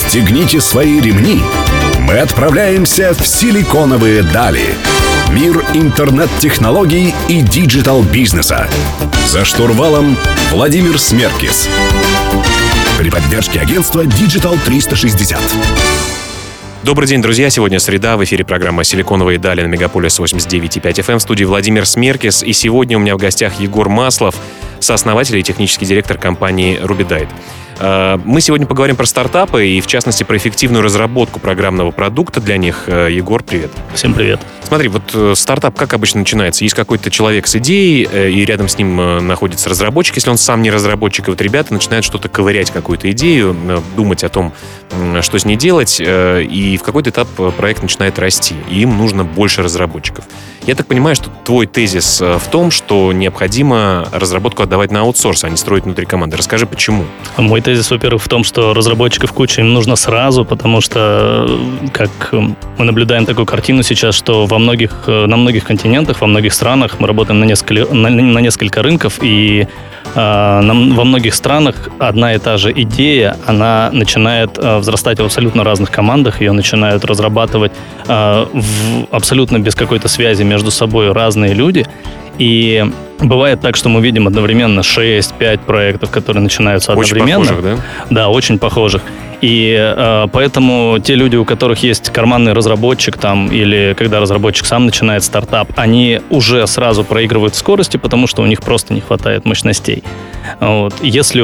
Расстегните свои ремни. Мы отправляемся в силиконовые дали. Мир интернет-технологий и диджитал-бизнеса. За штурвалом Владимир Смеркис. При поддержке агентства Digital 360. Добрый день, друзья. Сегодня среда. В эфире программа «Силиконовые дали» на Мегаполис 89,5 FM. В студии Владимир Смеркис. И сегодня у меня в гостях Егор Маслов, сооснователь и технический директор компании Rubidite. Мы сегодня поговорим про стартапы и, в частности, про эффективную разработку программного продукта для них. Егор, привет. Всем привет. Смотри, вот стартап как обычно начинается? Есть какой-то человек с идеей, и рядом с ним находится разработчик, если он сам не разработчик, и вот ребята начинают что-то ковырять, какую-то идею, думать о том, что с ней делать, и в какой-то этап проект начинает расти, и им нужно больше разработчиков. Я так понимаю, что твой тезис в том, что необходимо разработку отдавать на аутсорс, а не строить внутри команды. Расскажи, почему? Мой тезис, во-первых, в том, что разработчиков куча им нужно сразу, потому что, как мы наблюдаем такую картину сейчас, что на многих континентах, во многих странах мы работаем на несколько рынков, и во многих странах одна и та же идея, она начинает взрастать в абсолютно разных командах, ее начинают разрабатывать абсолютно без какой-то связи между собой разные люди. И бывает так, что мы видим одновременно 6-5 проектов, которые начинаются одновременно. Очень похожих, да? Да, очень похожих. И поэтому те люди, у которых есть карманный разработчик там, или когда разработчик сам начинает стартап, они уже сразу проигрывают в скорости, потому что у них просто не хватает мощностей. Вот. Если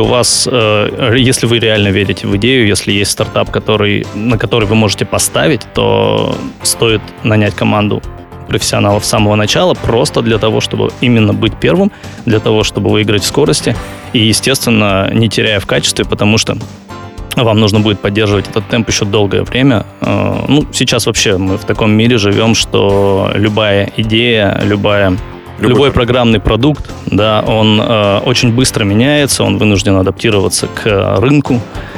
вы реально верите в идею, если есть стартап, на который вы можете поставить, то стоит нанять команду профессионалов с самого начала, просто для того, чтобы именно быть первым, для того, чтобы выиграть в скорости и, естественно, не теряя в качестве, потому что вам нужно будет поддерживать этот темп еще долгое время. Сейчас вообще мы в таком мире живем, что любая идея, любой программный продукт, да, он очень быстро меняется, он вынужден адаптироваться к рынку,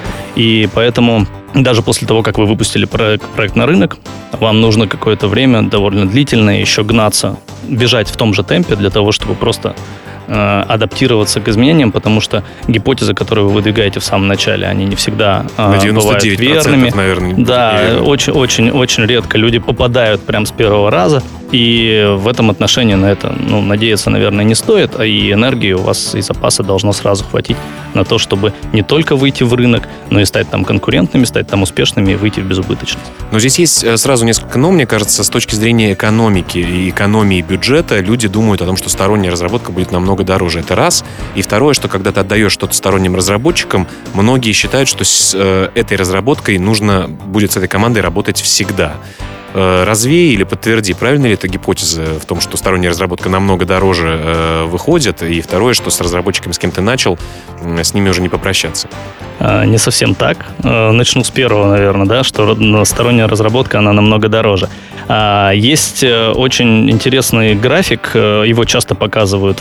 и поэтому даже после того, как вы выпустили проект на рынок, вам нужно какое-то время, довольно длительное, еще гнаться, бежать в том же темпе для того, чтобы просто адаптироваться к изменениям, потому что гипотезы, которые вы выдвигаете в самом начале, они не всегда бывают верными. Наверное, да, очень редко люди попадают прям с первого раза, и в этом отношении на это надеяться, наверное, не стоит, и энергии у вас и запаса должно сразу хватить на то, чтобы не только выйти в рынок, но и стать там конкурентными, стать там успешными и выйти в безубыточность. Но здесь есть сразу несколько «но». Мне кажется, с точки зрения экономики и экономии бюджета люди думают о том, что сторонняя разработка будет намного дороже. Это раз. И второе, что когда ты отдаешь что-то сторонним разработчикам, многие считают, что с этой разработкой нужно будет с этой командой работать всегда. Развей или подтверди, правильно ли эта гипотеза в том, что сторонняя разработка намного дороже выходит, и второе, что с разработчиками, с кем ты начал, с ними уже не попрощаться? Не совсем так. Начну с первого, наверное, да, что сторонняя разработка, она намного дороже. Есть очень интересный график, его часто показывают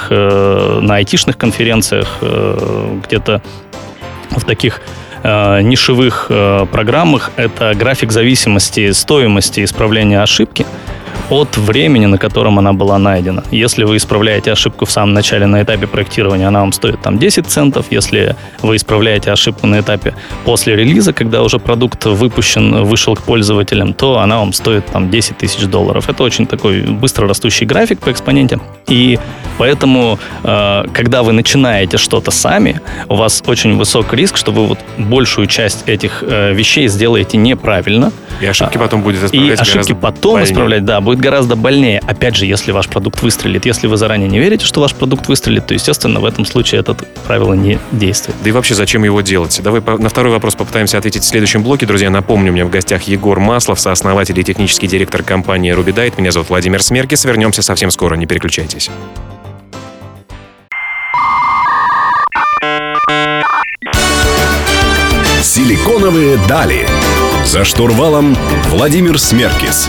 на айтишных конференциях, где-то в таких нишевых программах. Это график зависимости стоимости исправления ошибки от времени, на котором она была найдена. Если вы исправляете ошибку в самом начале на этапе проектирования, она вам стоит там 10 центов. Если вы исправляете ошибку на этапе после релиза, когда уже продукт вышел к пользователям, то она вам стоит там $10 тысяч. Это очень такой быстро растущий график по экспоненте. И поэтому, когда вы начинаете что-то сами, у вас очень высок риск, что вы большую часть этих вещей сделаете неправильно. И ошибки потом будет исправлять будет гораздо больнее. Опять же, если ваш продукт выстрелит. Если вы заранее не верите, что ваш продукт выстрелит, то, естественно, в этом случае это правило не действует. Да и вообще, зачем его делать? Давай на второй вопрос попытаемся ответить в следующем блоке. Друзья, напомню, у меня в гостях Егор Маслов, сооснователь и технический директор компании Rubidite. Меня зовут Владимир Смеркис. Вернемся совсем скоро, не переключайтесь. Силиконовые дали. За штурвалом Владимир Смеркис.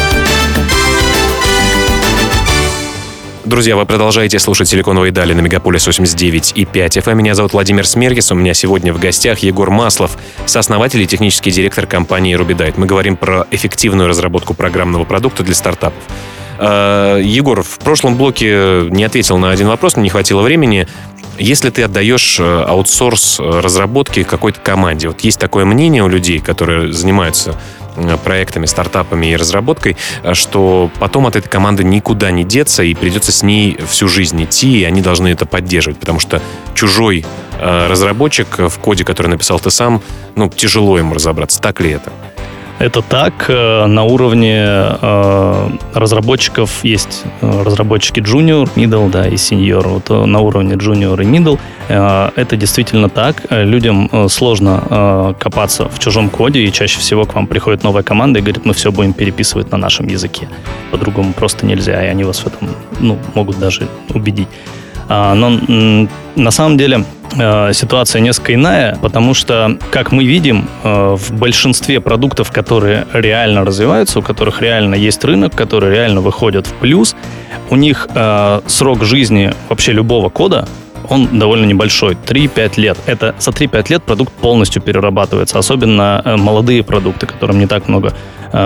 Друзья, вы продолжаете слушать «Силиконовые дали» на Мегаполис 89,5 FM. Меня зовут Владимир Смеркис. У меня сегодня в гостях Егор Маслов, сооснователь и технический директор компании Rubidite. Мы говорим про эффективную разработку программного продукта для стартапов. Егор, в прошлом блоке не ответил на один вопрос, мне не хватило времени. Если ты отдаешь аутсорс разработки какой-то команде, вот есть такое мнение у людей, которые занимаются проектами, стартапами и разработкой, что потом от этой команды никуда не деться, и придется с ней всю жизнь идти, и они должны это поддерживать, потому что чужой разработчик в коде, который написал ты сам, тяжело ему разобраться. Так ли это? Это так. На уровне разработчиков есть разработчики junior, middle, да, и senior. Вот на уровне junior и middle это действительно так. Людям сложно копаться в чужом коде, и чаще всего к вам приходит новая команда и говорит, мы все будем переписывать на нашем языке. По-другому просто нельзя, и они вас в этом могут даже убедить. Но на самом деле ситуация несколько иная, потому что, как мы видим, в большинстве продуктов, которые реально развиваются, у которых реально есть рынок, которые реально выходят в плюс, у них срок жизни вообще любого кода, он довольно небольшой, 3-5 лет. Это за 3-5 лет продукт полностью перерабатывается, особенно молодые продукты, которым не так много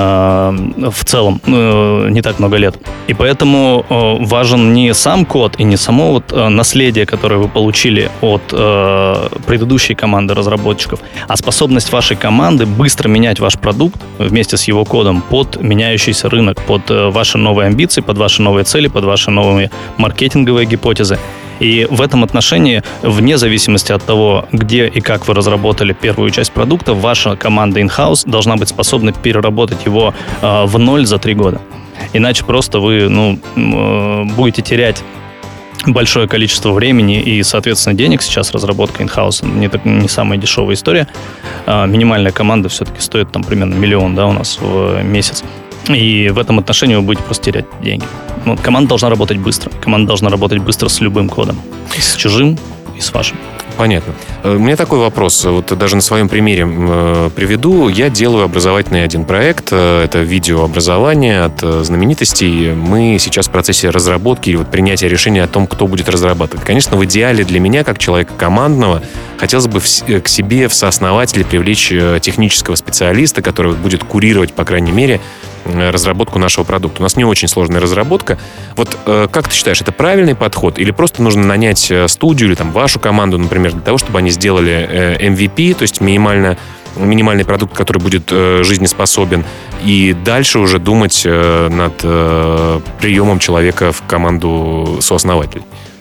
в целом не так много лет. И поэтому важен не сам код и не само наследие, которое вы получили от предыдущей команды разработчиков, а способность вашей команды быстро менять ваш продукт вместе с его кодом под меняющийся рынок, под ваши новые амбиции, под ваши новые цели, под ваши новые маркетинговые гипотезы. И в этом отношении, вне зависимости от того, где и как вы разработали первую часть продукта, ваша команда in-house должна быть способна переработать его в ноль за 3 года. Иначе просто вы будете терять большое количество времени и, соответственно, денег. Сейчас разработка in-house не самая дешевая история. Минимальная команда все-таки стоит примерно 1 миллион, да, у нас в месяц. И в этом отношении вы будете просто терять деньги. Команда должна работать быстро. Команда должна работать быстро с любым кодом. С чужим и с вашим. Понятно. У меня такой вопрос. Вот даже на своем примере приведу. Я делаю образовательный один проект. Это видеообразование от знаменитостей. Мы сейчас в процессе разработки или принятия решения о том, кто будет разрабатывать. Конечно, в идеале для меня, как человека командного, хотелось бы к себе в сооснователи привлечь технического специалиста, который будет курировать, по крайней мере, разработку нашего продукта. У нас не очень сложная разработка. Вот как ты считаешь, это правильный подход? Или просто нужно нанять студию или вашу команду, например, для того, чтобы они сделали MVP, то есть минимальный продукт, который будет жизнеспособен, и дальше уже думать над приемом человека в команду сооснователей?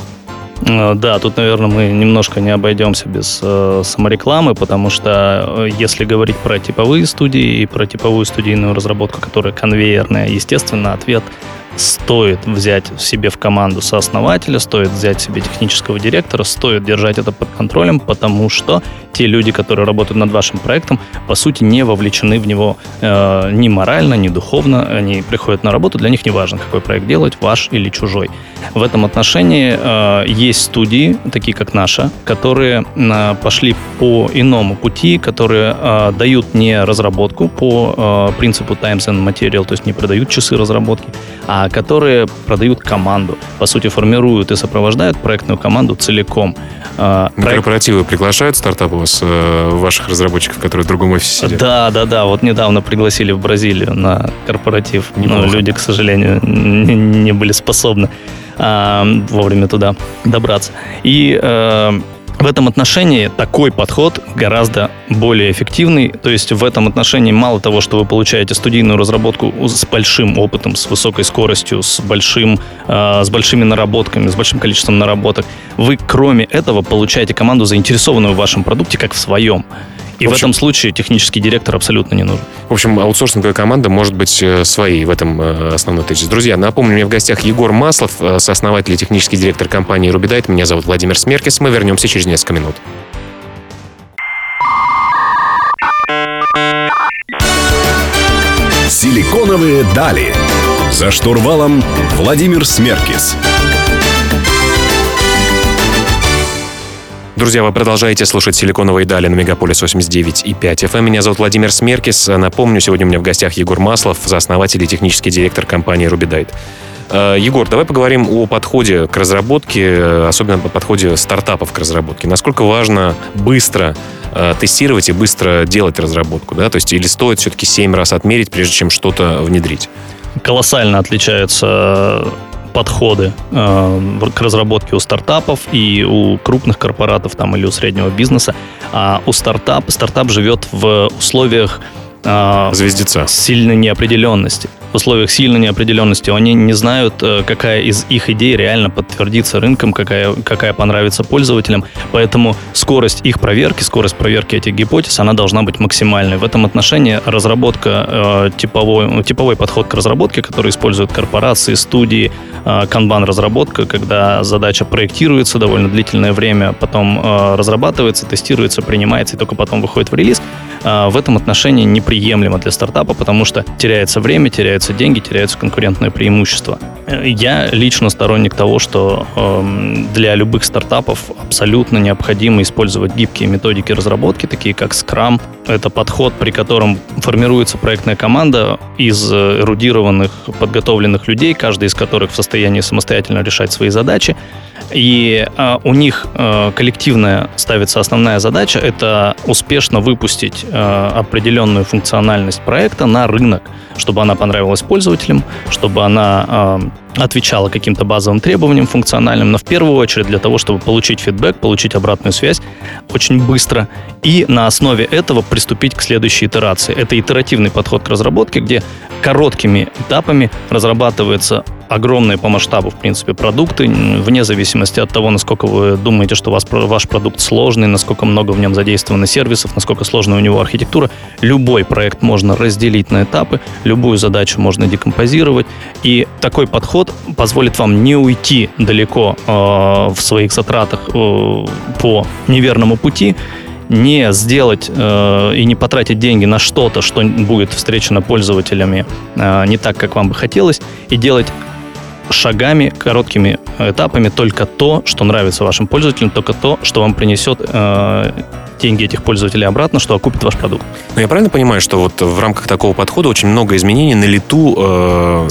Да, тут, наверное, мы немножко не обойдемся без саморекламы, потому что если говорить про типовые студии и про типовую студийную разработку, которая конвейерная, естественно, ответ стоит взять себе в команду сооснователя, стоит взять себе технического директора, стоит держать это под контролем, потому что те люди, которые работают над вашим проектом, по сути, не вовлечены в него ни морально, ни духовно. Они приходят на работу, для них не важно, какой проект делать, ваш или чужой. В этом отношении есть студии, такие как наша, которые пошли по иному пути, которые дают не разработку по принципу times and material, то есть не продают часы разработки, а которые продают команду. По сути, формируют и сопровождают проектную команду целиком. На корпоративы приглашают стартапы ваших разработчиков, которые в другом офисе сидят? Да. Вот недавно пригласили в Бразилию на корпоратив. Но люди, к сожалению, не были способны вовремя туда добраться. И в этом отношении такой подход гораздо более эффективный. То есть в этом отношении мало того, что вы получаете студийную разработку с большим опытом, с высокой скоростью, с большими наработками, с большим количеством наработок, вы, кроме этого, получаете команду, заинтересованную в вашем продукте, как в своем. И в этом случае технический директор абсолютно не нужен. В общем, аутсорсинговая команда может быть своей в этом основной тезис. Друзья, напомню, у меня в гостях Егор Маслов, сооснователь и технический директор компании Rubidite. Меня зовут Владимир Смеркис. Мы вернемся через несколько минут. Силиконовые дали. За штурвалом Владимир Смеркис. Друзья, вы продолжаете слушать «Силиконовые дали» на Мегаполис 89,5 FM. Меня зовут Владимир Смеркис. Напомню, сегодня у меня в гостях Егор Маслов, сооснователь и технический директор компании Rubidite. Егор, давай поговорим о подходе к разработке, особенно о подходе стартапов к разработке. Насколько важно быстро тестировать и быстро делать разработку, да? То есть или стоит все-таки 7 раз отмерить, прежде чем что-то внедрить? Колоссально отличаются подходы к разработке у стартапов и у крупных корпоратов там, или у среднего бизнеса. А у стартап живет в условиях звездеца. Сильной неопределенности. В условиях сильной неопределенности они не знают, какая из их идей реально подтвердится рынком, какая понравится пользователям. Поэтому скорость проверки этих гипотез, она должна быть максимальной. В этом отношении разработка, типовой подход к разработке, который используют корпорации, студии, канбан-разработка, когда задача проектируется довольно длительное время, потом разрабатывается, тестируется, принимается и только потом выходит в релиз, в этом отношении неприемлемо для стартапа, потому что теряется время, теряются деньги, теряются конкурентное преимущество. Я лично сторонник того, что для любых стартапов абсолютно необходимо использовать гибкие методики разработки, такие как Scrum. Это подход, при котором формируется проектная команда из эрудированных, подготовленных людей, каждый из которых в состоянии самостоятельно решать свои задачи. И у них коллективная ставится основная задача — это успешно выпустить определенную функциональность проекта на рынок, чтобы она понравилась пользователям, чтобы она отвечала каким-то базовым требованиям функциональным, но в первую очередь для того, чтобы получить фидбэк, получить обратную связь очень быстро и на основе этого приступить к следующей итерации. Это итеративный подход к разработке, где короткими этапами разрабатывается огромные по масштабу, в принципе, продукты, вне зависимости от того, насколько вы думаете, что ваш продукт сложный, насколько много в нем задействовано сервисов, насколько сложная у него архитектура. Любой проект можно разделить на этапы, любую задачу можно декомпозировать, и такой подход позволит вам не уйти далеко в своих затратах по неверному пути, не сделать и не потратить деньги на что-то, что будет встречено пользователями не так, как вам бы хотелось, и делать шагами, короткими этапами только то, что нравится вашим пользователям, только то, что вам принесет деньги этих пользователей обратно, что окупит ваш продукт. Но я правильно понимаю, что вот в рамках такого подхода очень много изменений на лету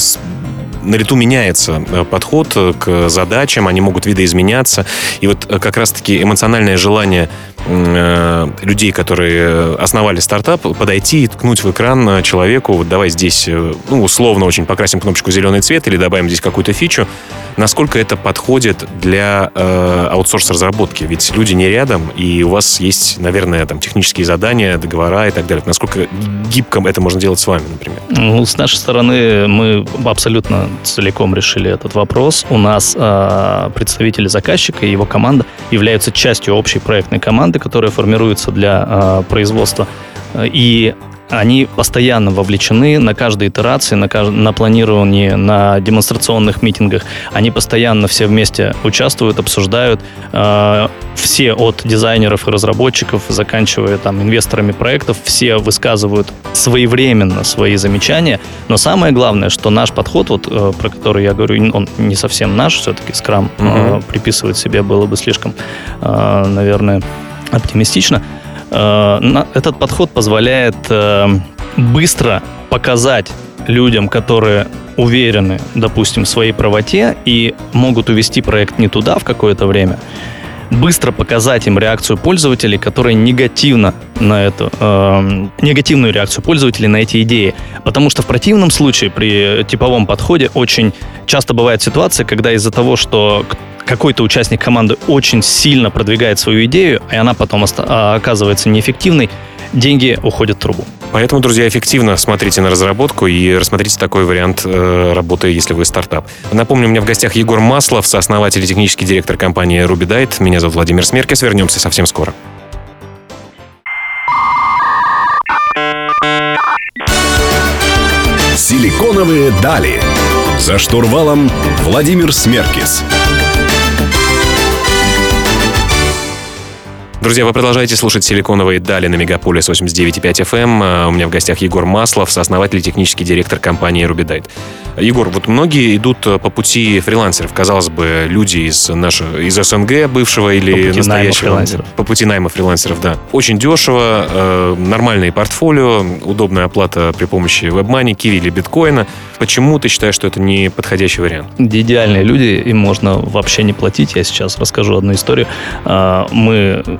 меняется подход к задачам, они могут видоизменяться. И вот как раз-таки эмоциональное желание людей, которые основали стартап, подойти и ткнуть в экран человеку: вот давай здесь, условно очень покрасим кнопочку в зеленый цвет или добавим здесь какую-то фичу. Насколько это подходит для аутсорс-разработки? Ведь люди не рядом, и у вас есть, наверное, там технические задания, договора и так далее. Насколько гибко это можно делать с вами, например? С нашей стороны мы абсолютно целиком решили этот вопрос. У нас представители заказчика и его команда являются частью общей проектной команды, которая формируется для производства. И они постоянно вовлечены на каждой итерации, на планировании, на демонстрационных митингах. Они постоянно все вместе участвуют, обсуждают. Все от дизайнеров и разработчиков, заканчивая там инвесторами проектов, все высказывают своевременно свои замечания. Но самое главное, что наш подход, про который я говорю, он не совсем наш, все-таки Scrum приписывать себе было бы слишком, наверное, оптимистично. Этот подход позволяет быстро показать людям, которые уверены, допустим, в своей правоте и могут увести проект не туда в какое-то время, быстро показать им реакцию пользователей, которые негативную реакцию пользователей на эти идеи. Потому что в противном случае при типовом подходе очень часто бывает ситуация, когда из-за того, что какой-то участник команды очень сильно продвигает свою идею, и она потом оказывается неэффективной, деньги уходят в трубу. Поэтому, друзья, эффективно смотрите на разработку и рассмотрите такой вариант работы, если вы стартап. Напомню, у меня в гостях Егор Маслов, сооснователь и технический директор компании RubyDite. Меня зовут Владимир Смеркис. Вернемся совсем скоро. Силиконовые дали. За штурвалом Владимир Смеркис. Друзья, вы продолжаете слушать «Силиконовые дали» на Мегаполис 89.5 FM. У меня в гостях Егор Маслов, сооснователь и технический директор компании RubyDite. Егор, вот многие идут по пути фрилансеров. Казалось бы, люди из СНГ бывшего или настоящего. По пути найма фрилансеров, да. Очень дешево, нормальное портфолио, удобная оплата при помощи WebMoney, Kiwi или биткоина. Почему ты считаешь, что это не подходящий вариант? Идеальные люди, им можно вообще не платить. Я сейчас расскажу одну историю. Мы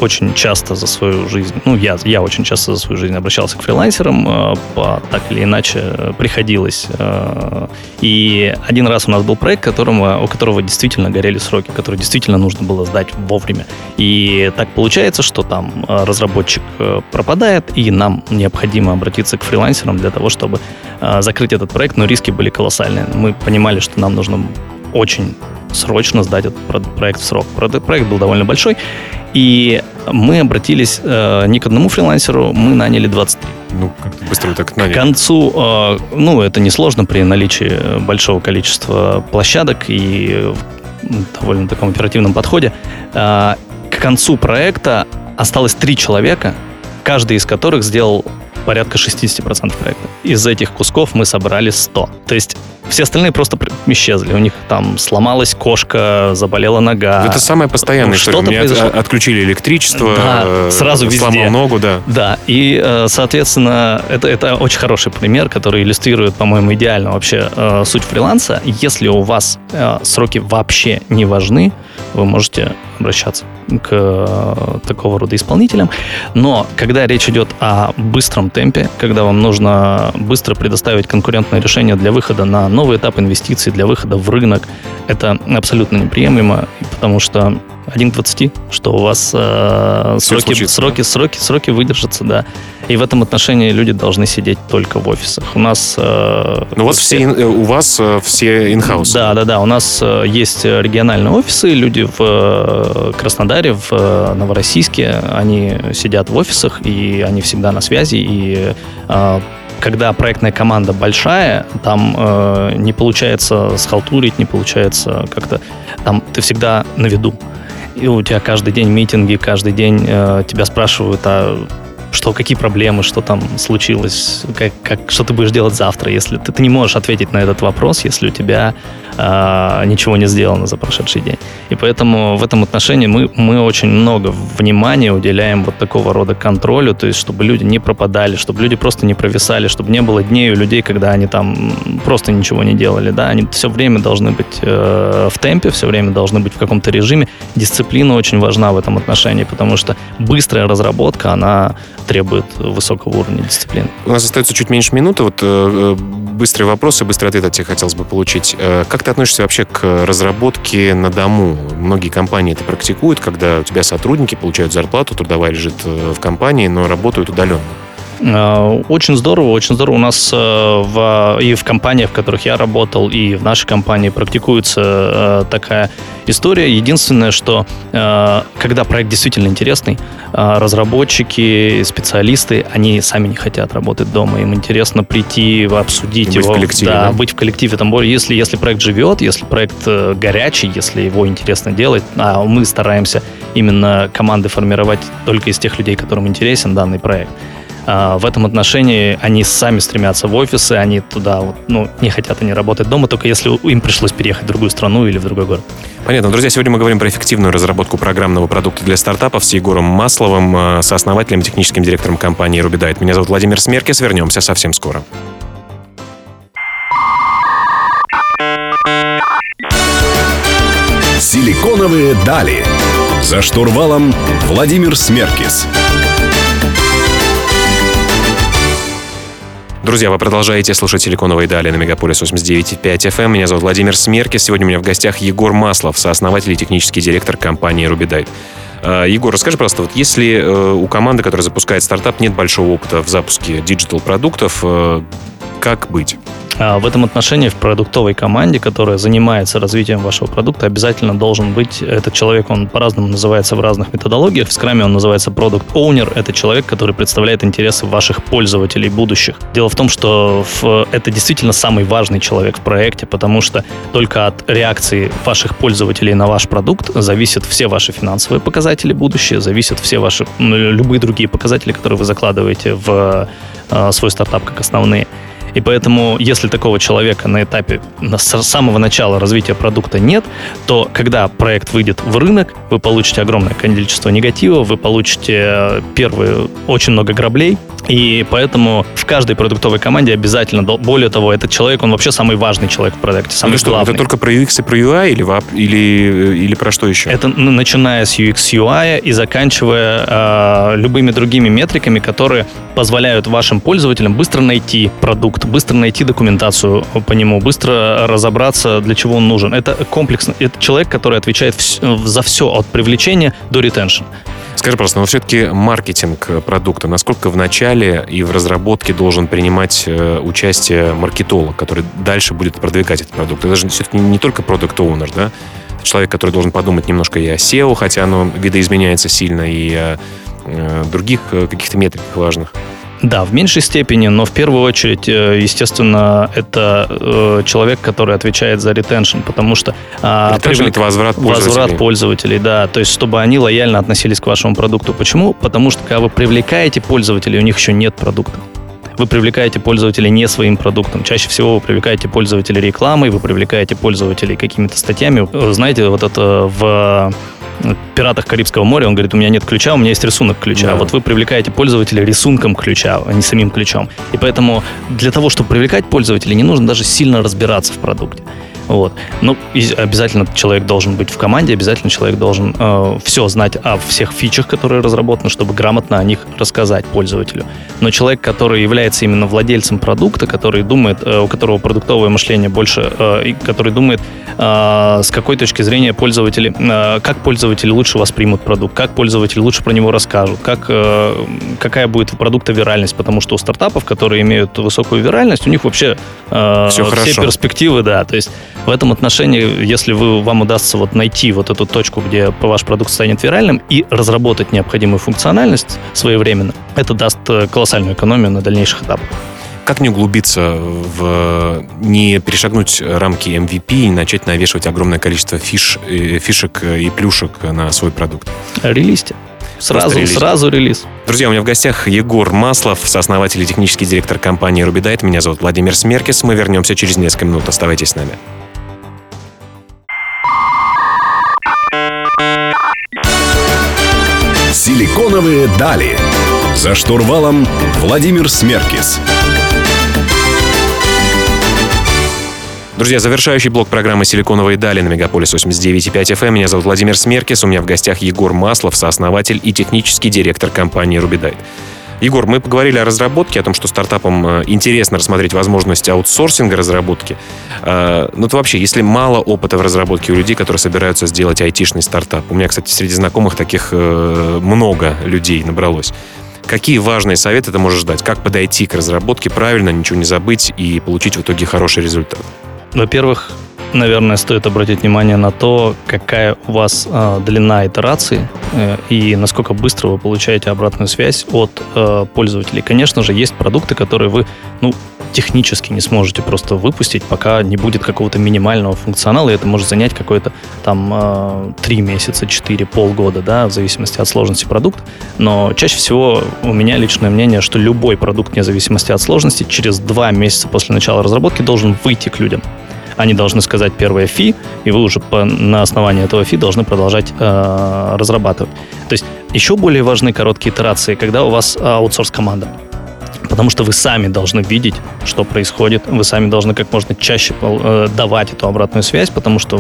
очень часто за свою жизнь, я очень часто за свою жизнь обращался к фрилансерам, так или иначе приходилось. И один раз у нас был проект, у которого действительно горели сроки, который действительно нужно было сдать вовремя. И так получается, что там разработчик пропадает, и нам необходимо обратиться к фрилансерам для того, чтобы закрыть этот проект, но риски были колоссальные. Мы понимали, что нам нужно очень срочно сдать этот проект в срок. Проект был довольно большой, и мы обратились не к одному фрилансеру, мы наняли 23. Как-то быстро вы так наняли. К концу, это несложно при наличии большого количества площадок и в довольно таком оперативном подходе. К концу проекта осталось 3 человека, каждый из которых сделал порядка 60% проекта. Из этих кусков мы собрали 100. То есть все остальные просто исчезли. У них там сломалась кошка, заболела нога. Это самая постоянная история. У меня отключили электричество, сразу везде. Сломал ногу, да. Да, и, соответственно, это очень хороший пример, который иллюстрирует, по-моему, идеально вообще суть фриланса. Если у вас сроки вообще не важны, вы можете обращаться к такого рода исполнителям. Но когда речь идет о быстром темпе, когда вам нужно быстро предоставить конкурентное решение для выхода на новый этап инвестиций, для выхода в рынок, это абсолютно неприемлемо, потому что 1 к 20, что у вас сроки выдержатся, да. И в этом отношении люди должны сидеть только в офисах. У нас... у вас все in-house. Да. У нас есть региональные офисы, люди в Краснодаре, в Новороссийске, они сидят в офисах, и они всегда на связи, и когда проектная команда большая, там не получается схалтурить, не получается как-то... Там ты всегда на виду. И у тебя каждый день митинги, каждый день тебя спрашивают, какие проблемы, что там случилось, что ты будешь делать завтра, если ты не можешь ответить на этот вопрос, если у тебя ничего не сделано за прошедший день. И поэтому в этом отношении мы очень много внимания уделяем вот такого рода контролю, то есть чтобы люди не пропадали, чтобы люди просто не провисали, чтобы не было дней у людей, когда они там просто ничего не делали, да, они все время должны быть в темпе, все время должны быть в каком-то режиме. Дисциплина очень важна в этом отношении, потому что быстрая разработка, она требует высокого уровня дисциплины. У нас остается чуть меньше минуты. Быстрый вопрос и быстрый ответ от тебя хотелось бы получить. Как ты относишься вообще к разработке на дому? Многие компании это практикуют, когда у тебя сотрудники получают зарплату, трудовая лежит в компании, но работают удаленно. Очень здорово, очень здорово. У нас и в компаниях, в которых я работал, и в нашей компании практикуется такая история. Единственное, что когда проект действительно интересный, разработчики, специалисты, они сами не хотят работать дома. Им интересно прийти, обсудить его. Быть в коллективе. Там, если проект живет, если проект горячий, если его интересно делать, а мы стараемся именно команды формировать только из тех людей, которым интересен данный проект. В этом отношении они сами стремятся в офисы, они туда не хотят они работать дома, только если им пришлось переехать в другую страну или в другой город. Понятно. Друзья, сегодня мы говорим про эффективную разработку программного продукта для стартапов с Егором Масловым, сооснователем и техническим директором компании Rubidite. Меня зовут Владимир Смеркис. Вернемся совсем скоро. Силиконовые дали. За штурвалом Владимир Смеркис. Друзья, вы продолжаете слушать «Силиконовые дали» на Мегаполис 89.5 FM. Меня зовут Владимир Смеркис. Сегодня у меня в гостях Егор Маслов, сооснователь и технический директор компании Rubidite. Егор, расскажи, пожалуйста, если у команды, которая запускает стартап, нет большого опыта в запуске диджитал-продуктов, как быть? В этом отношении в продуктовой команде, которая занимается развитием вашего продукта, обязательно должен быть этот человек, он по-разному называется в разных методологиях. В Scrum он называется Product Owner, это человек, который представляет интересы ваших пользователей будущих. Дело в том, что это действительно самый важный человек в проекте, потому что только от реакции ваших пользователей на ваш продукт зависят все ваши финансовые показатели будущее, зависят все ваши, любые другие показатели, которые вы закладываете в свой стартап как основные. И поэтому, если такого человека на этапе с самого начала развития продукта нет, то когда проект выйдет в рынок, вы получите огромное количество негатива, вы получите очень много граблей, И поэтому в каждой продуктовой команде обязательно, более того, этот человек, он вообще самый важный человек в продукте, самый главный. Это только про UX и про UI или про что еще? Это начиная с UX, UI и заканчивая любыми другими метриками, которые позволяют вашим пользователям быстро найти продукт, быстро найти документацию по нему, быстро разобраться, для чего он нужен. Это комплексно. Это человек, который отвечает за все от привлечения до ретеншн. Скажи, пожалуйста, но все-таки маркетинг продукта, насколько в начале и в разработке должен принимать участие маркетолог, который дальше будет продвигать этот продукт? Это же все-таки не только продукт-оунер, да? Это человек, который должен подумать немножко и о SEO, хотя оно видоизменяется сильно, и о других каких-то метриках важных. Да, в меньшей степени, но в первую очередь, естественно, это человек, который отвечает за ретеншн, потому что... Ретеншн — это возврат пользователей. Возврат пользователей, да. То есть, чтобы они лояльно относились к вашему продукту. Почему? Потому что, когда вы привлекаете пользователей, у них еще нет продукта. Вы привлекаете пользователей не своим продуктом. Чаще всего вы привлекаете пользователей рекламой, вы привлекаете пользователей какими-то статьями. Знаете, вот это в «Пиратах Карибского моря», он говорит, у меня нет ключа, у меня есть рисунок ключа. Да. Вот вы привлекаете пользователя рисунком ключа, а не самим ключом. И поэтому для того, чтобы привлекать пользователей, не нужно даже сильно разбираться в продукте. Вот. Ну, и обязательно человек должен быть в команде, обязательно человек должен все знать о всех фичах, которые разработаны, чтобы грамотно о них рассказать пользователю. Но человек, который является именно владельцем продукта, который думает, у которого продуктовое мышление больше, и который думает, с какой точки зрения пользователи, как пользователи лучше воспримут продукт, как пользователи лучше про него расскажут, какая будет у продукта виральность, потому что у стартапов, которые имеют высокую виральность, у них вообще все перспективы, да, то есть в этом отношении, если вам удастся найти вот эту точку, где ваш продукт станет виральным, и разработать необходимую функциональность своевременно, это даст колоссальную экономию на дальнейших этапах. Как не углубиться не перешагнуть рамки MVP и начать навешивать огромное количество фишек и плюшек на свой продукт? Релизьте. Сразу релиз. Друзья, у меня в гостях Егор Маслов, сооснователь и технический директор компании Rubidite. Меня зовут Владимир Смеркис. Мы вернемся через несколько минут. Оставайтесь с нами. Силиконовые дали. За штурвалом Владимир Смеркис. Друзья, завершающий блок программы «Силиконовые дали» на Мегаполис 89.5 FM. Меня зовут Владимир Смеркис. У меня в гостях Егор Маслов, сооснователь и технический директор компании Rubidite. Егор, мы поговорили о разработке, о том, что стартапам интересно рассмотреть возможность аутсорсинга разработки. Ну, то вообще, если мало опыта в разработке у людей, которые собираются сделать айтишный стартап. У меня, кстати, среди знакомых таких много людей набралось. Какие важные советы ты можешь дать? Как подойти к разработке правильно, ничего не забыть и получить в итоге хороший результат? Во-первых, наверное, стоит обратить внимание на то, какая у вас длина итерации и насколько быстро вы получаете обратную связь от пользователей. Конечно же, есть продукты, которые вы технически не сможете просто выпустить, пока не будет какого-то минимального функционала, и это может занять какое-то 3 месяца, 4, полгода, да, в зависимости от сложности продукта. Но чаще всего у меня личное мнение, что любой продукт, вне зависимости от сложности, через 2 месяца после начала разработки должен выйти к людям. Они должны сказать первое фи, и вы уже на основании этого фи должны продолжать разрабатывать. То есть еще более важны короткие итерации, когда у вас аутсорс-команда. Потому что вы сами должны видеть, что происходит, вы сами должны как можно чаще давать эту обратную связь, потому что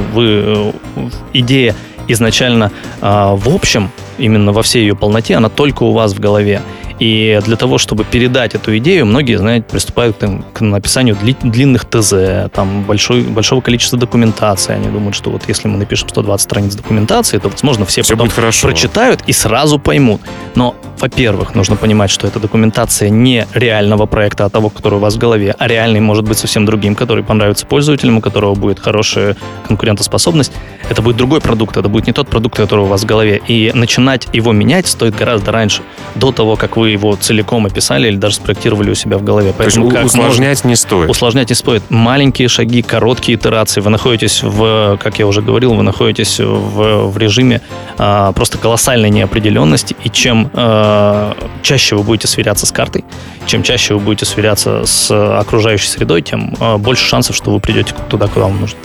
идея изначально в общем, именно во всей ее полноте, она только у вас в голове. И для того, чтобы передать эту идею, многие, знаете, приступают к написанию длинных ТЗ, большого количества документации. Они думают, что вот если мы напишем 120 страниц документации, то, возможно, все потом прочитают и сразу поймут. Но, во-первых, нужно понимать, что эта документация не реального проекта, а того, который у вас в голове, а реальный может быть совсем другим, который понравится пользователям, у которого будет хорошая конкурентоспособность. Это будет другой продукт, это будет не тот продукт, который у вас в голове. И начинать его менять стоит гораздо раньше, до того, как вы его целиком описали или даже спроектировали у себя в голове. Поэтому то есть усложнять не стоит? Усложнять не стоит. Маленькие шаги, короткие итерации. Вы находитесь как я уже говорил, вы находитесь в режиме просто колоссальной неопределенности. И чем чаще вы будете сверяться с картой, чем чаще вы будете сверяться с окружающей средой, тем больше шансов, что вы придете туда, куда вам нужно.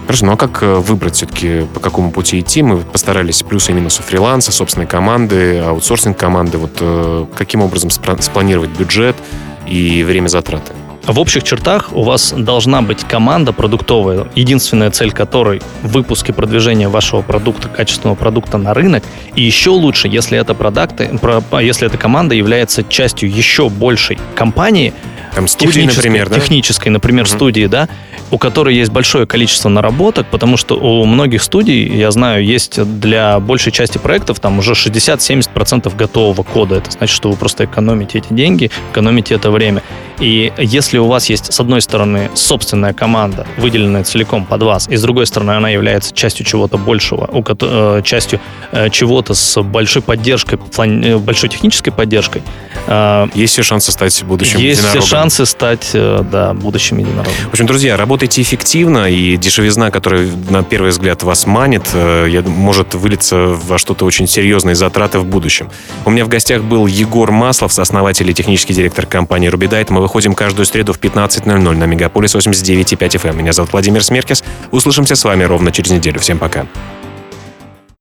Хорошо, ну а как выбрать все-таки, по какому пути идти? Мы постарались плюсы и минусы фриланса, собственной команды, аутсорсинг команды. Вот каким образом спланировать бюджет и время затраты? В общих чертах у вас должна быть команда продуктовая, единственная цель которой — выпуск и продвижение вашего продукта, качественного продукта на рынок. И еще лучше, если эта команда является частью еще большей компании, там студии, например, да? Технической, например, студии, да, у которой есть большое количество наработок, потому что у многих студий, я знаю, есть для большей части проектов там уже 60-70% готового кода. Это значит, что вы просто экономите эти деньги, экономите это время. И если у вас есть, с одной стороны, собственная команда, выделенная целиком под вас, и с другой стороны, она является частью чего-то большего, частью чего-то с большой поддержкой, большой технической поддержкой. Есть все шансы стать будущим единорогом. Есть все шансы стать, будущим единорогом. В общем, друзья, работайте эффективно, и дешевизна, которая на первый взгляд вас манит, может вылиться во что-то очень серьезное, затраты в будущем. У меня в гостях был Егор Маслов, сооснователь и технический директор компании Rubidite. Мы выходим каждую среду в 15:00 на Мегаполис 89.5 FM. Меня зовут Владимир Смеркис. Услышимся с вами ровно через неделю. Всем пока.